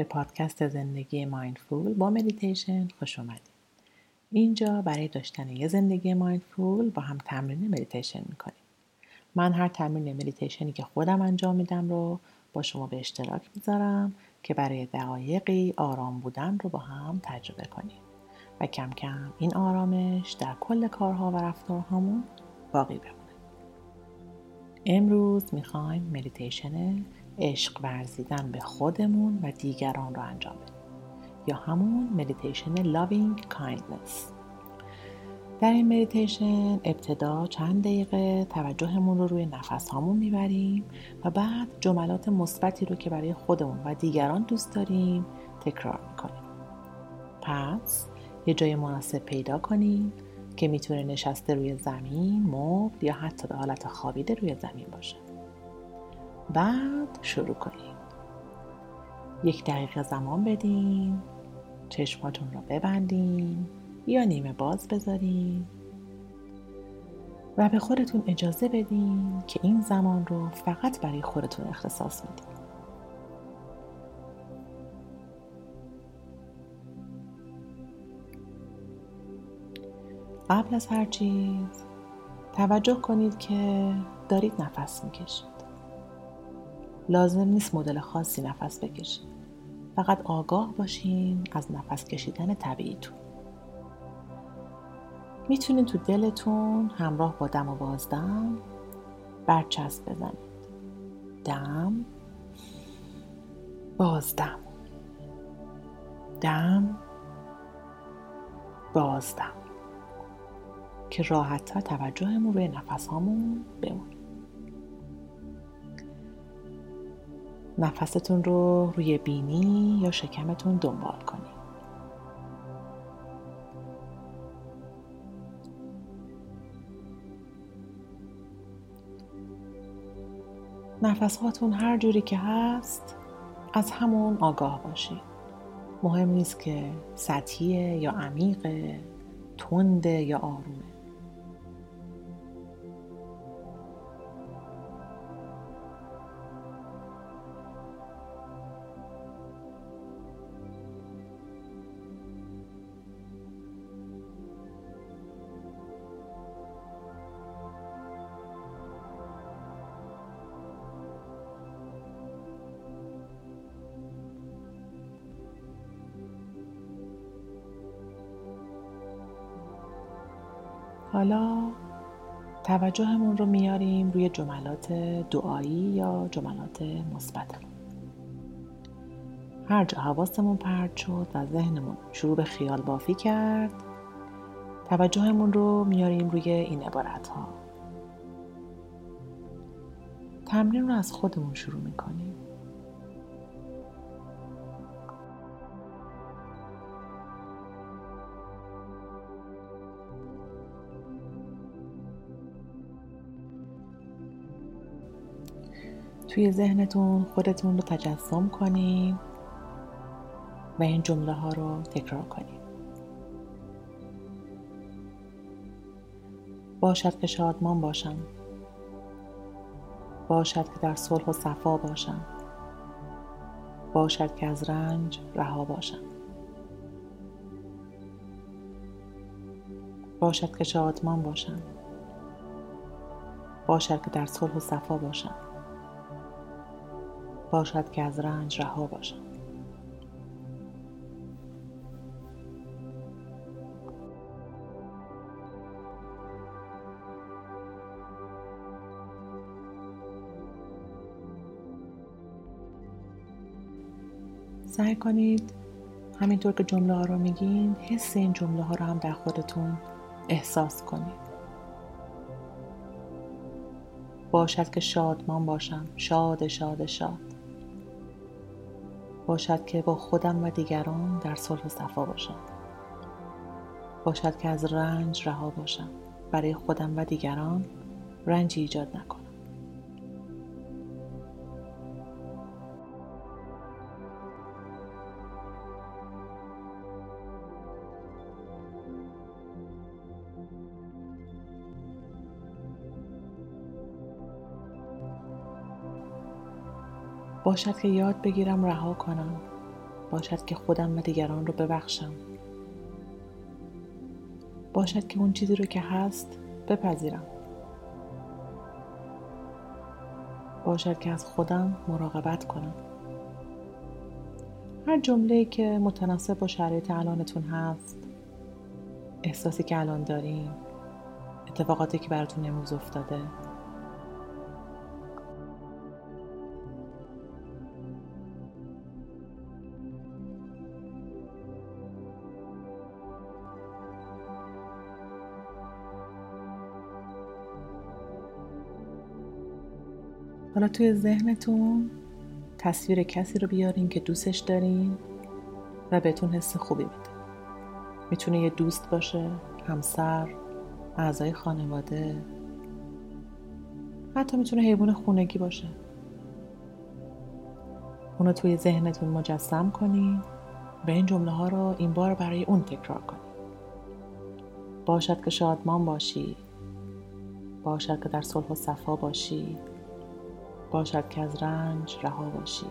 پادکست زندگی مایندفول با مدیتیشن خوش اومدید. اینجا برای داشتن یه زندگی مایندفول با هم تمرین مدیتیشن میکنیم. من هر تمرین مدیتیشنی که خودم انجام میدم رو با شما به اشتراک میذارم که برای دقایقی آرام بودن رو با هم تجربه کنیم و کم کم این آرامش در کل کارها و رفتارهامون باقی بمونه. امروز میخوایم مدیتیشن عشق ورزیدن به خودمون و دیگران رو انجام بدیم یا همون مدیتیشن Loving Kindness. در این مدیتیشن ابتدا چند دقیقه توجهمون رو روی نفس هامون میبریم و بعد جملات مثبتی رو که برای خودمون و دیگران دوست داریم تکرار میکنیم. پس یه جای مناسب پیدا کنیم که میتونه نشسته روی زمین، مبل یا حتی به حالت خوابیده روی زمین باشه. بعد شروع کنیم. 1 دقیقه زمان بدین، چشماتون رو ببندین یا نیمه باز بذارین و به خودتون اجازه بدین که این زمان رو فقط برای خودتون اختصاص بدین. قبل از هر چیز توجه کنید که دارید نفس میکشید. لازم نیست مدل خاصی نفس بکشید. فقط آگاه باشین از نفس کشیدن طبیعیتون. میتونید تو دلتون همراه با دم و بازدم برچسب بزنید. دم، بازدم، دم، بازدم که راحت‌تر توجهمون روی نفس هامون بمونه. نفستون رو روی بینی یا شکمتون دنبال کنید. نفس هاتون هر جوری که هست از همون آگاه باشید. مهم نیست که سطحیه یا عمیقه، تنده یا آرومه. حالا توجهمون رو میاریم روی جملات دعایی یا جملات مثبتمون. هر جا حواسمون پرت شد و ذهنمون شروع به خیال بافی کرد، توجهمون رو میاریم روی این عبارت ها. تمرین رو از خودمون شروع میکنیم. توی ذهنتون خودتون رو تجسم کنید و این جمله ها رو تکرار کنید. باشد که شادمان باشم. باشد که در صلح و صفا باشم. باشد که از رنج رها باشم. باشد که شادمان باشم. باشد که در صلح و صفا باشم. باشد که از رنج رها باشم. سعی کنید همینطور که جمله ها رو میگین حس این جمله ها رو هم در خودتون احساس کنید. باشد که شادمان باشم. شاد شاد شاد. باشد که با خودم و دیگران در صلح و صفا باشم. باشد که از رنج رها باشم. برای خودم و دیگران رنجی ایجاد نکنم. باشد که یاد بگیرم رها کنم. باشد که خودم و دیگران رو ببخشم. باشد که اون چیزی رو که هست بپذیرم. باشد که از خودم مراقبت کنم. هر جمله‌ای که متناسب با شرایط الانتون هست، احساسی که الان دارین، اتفاقاتی که براتون امروز افتاده، حالا توی ذهنتون تصویر کسی رو بیارین که دوستش دارین و بهتون حس خوبی میده. میتونه یه دوست باشه، همسر، اعضای خانواده، حتی میتونه حیوان خونگی باشه. اونو توی ذهنتون مجسم کنین و این جمله ها رو این بار برای اون تکرار کنین. باشد که شادمان باشی، باشد که در صلح و صفا باشی، باشد که از رنج رها باشی.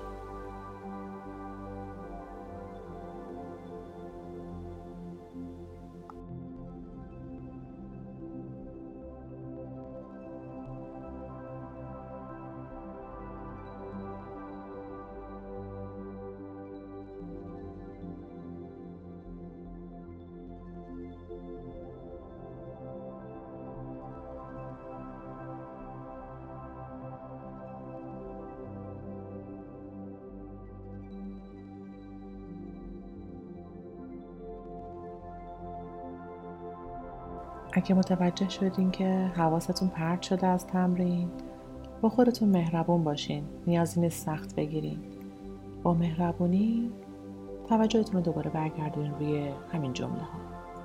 اگه متوجه شدین که حواستون پرت شده از تمرین، با خودتون مهربون باشین. نیازی نیست سخت بگیرین. با مهربونی توجهتون رو دوباره برگردونین روی همین جمله ها.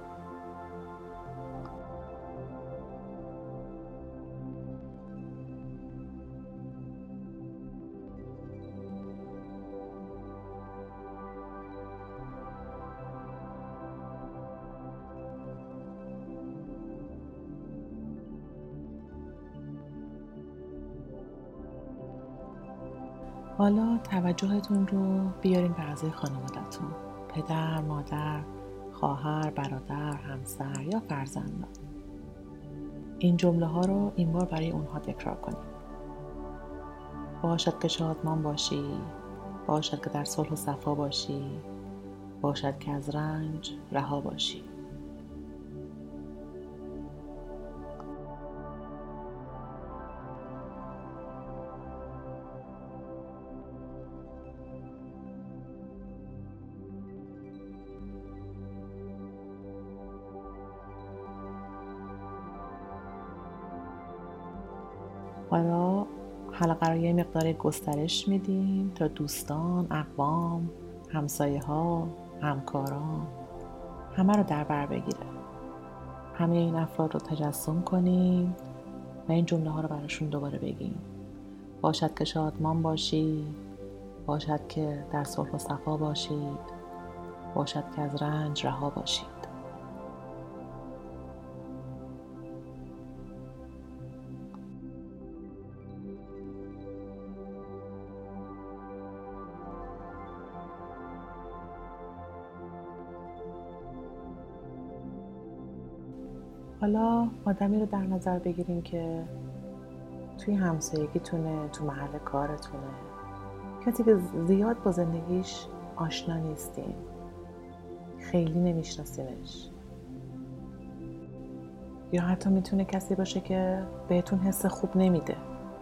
حالا توجهتون رو بیارین به اعضای خانواده‌تون. پدر، مادر، خواهر، برادر، همسر یا فرزندان. این جمله ها رو این بار برای اونها تکرار کنید. باشد که شادمان باشی، باشد که در صلح و صفا باشی، باشد که از رنج رها باشی. حالا حلقه رو یه مقدار گسترش میدیم تا دوستان، اقوام، همسایه ها، همکاران همه رو در بر بگیره. همه این افراد رو تجسم کنین و این جمله ها رو براشون دوباره بگین. باشد که شادمان باشی، باشد که در صلح و صفا باشید، باشد که از رنج رها باشید. حالا آدمی رو در نظر بگیرین که توی همسایگیتونه، تو محل کارتونه، کسی که زیاد با زندگیش آشنا نیستین، خیلی نمیشناسینش، یا حتی میتونه کسی باشه که بهتون حس خوب نمیده.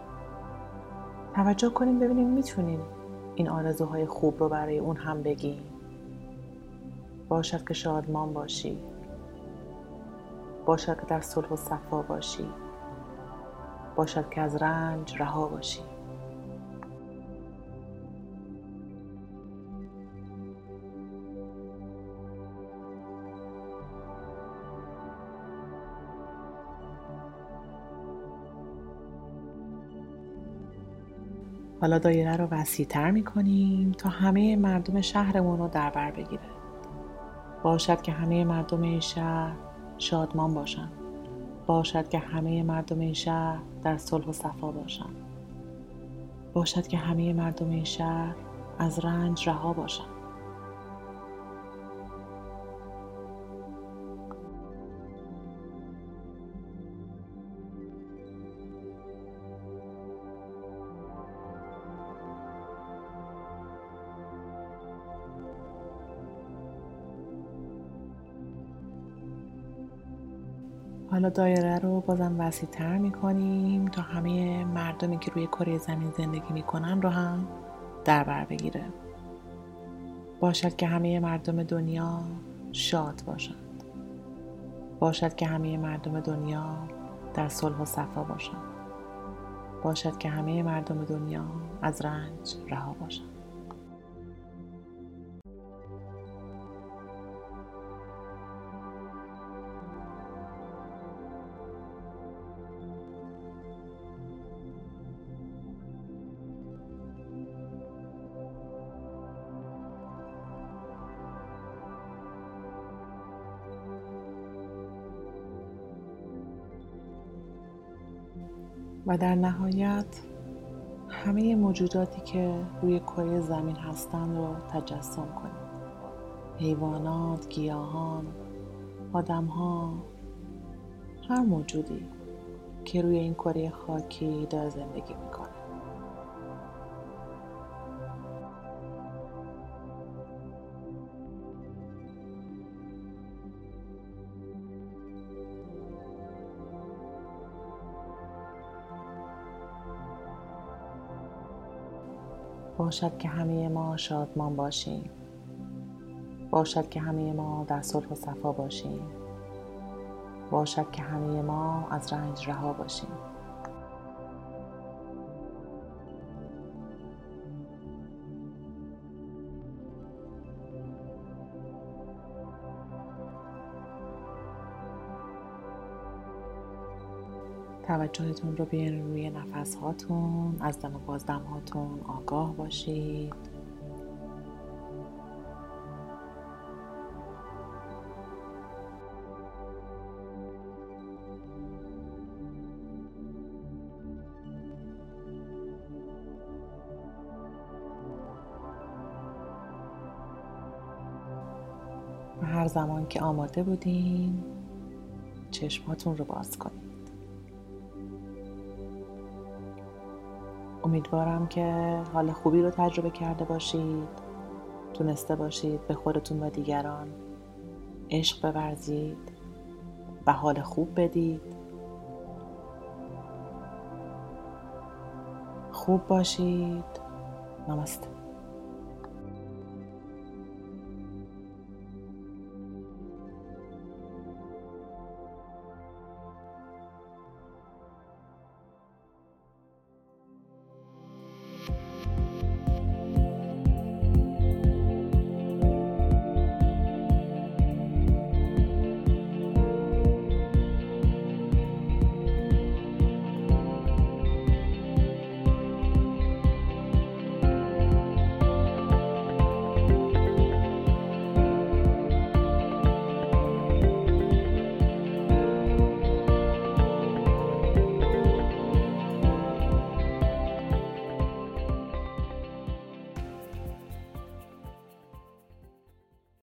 توجه کنین ببینین میتونین این آرزوهای خوب رو برای اون هم بگین. باشد که شادمان باشی، باشد که در صلح و صفا باشی، باشد که از رنج رها باشی. حالا دایره رو وسیع‌تر می‌کنیم تا همه مردم شهرمون رو در بر بگیره. باشد که همه مردم این شهر شادمان باشن. باشد که همه مردم این شهر در صلح و صفا باشن. باشد که همه مردم این شهر از رنج رها باشن. حالا دایره رو بازم وسیع تر میکنیم تا همه مردمی که روی کره زمین زندگی میکنن رو هم در بر بگیره. باشد که همه مردم دنیا شاد باشند. باشد که همه مردم دنیا در صلح و صفا باشند. باشد که همه مردم دنیا از رنج رها باشند. و در نهایت همه موجوداتی که روی کره زمین هستند رو تجسم کنید. حیوانات، گیاهان، آدم‌ها، هر موجودی که روی این کره خاکی داره زندگی میکنه. باشد که همه ما شادمان باشیم. باشد که همه ما در صلح و صفا باشیم. باشد که همه ما از رنج رها باشیم. توجهتون رو بیارین روی نفس هاتون. از دم و بازدم هاتون آگاه باشید. و هر زمان که آماده بودین چشماتون رو باز کنید. امیدوارم که حال خوبی رو تجربه کرده باشید. تونسته باشید به خودتون و دیگران عشق بورزید و حال خوب بدید. خوب باشید. نماسته.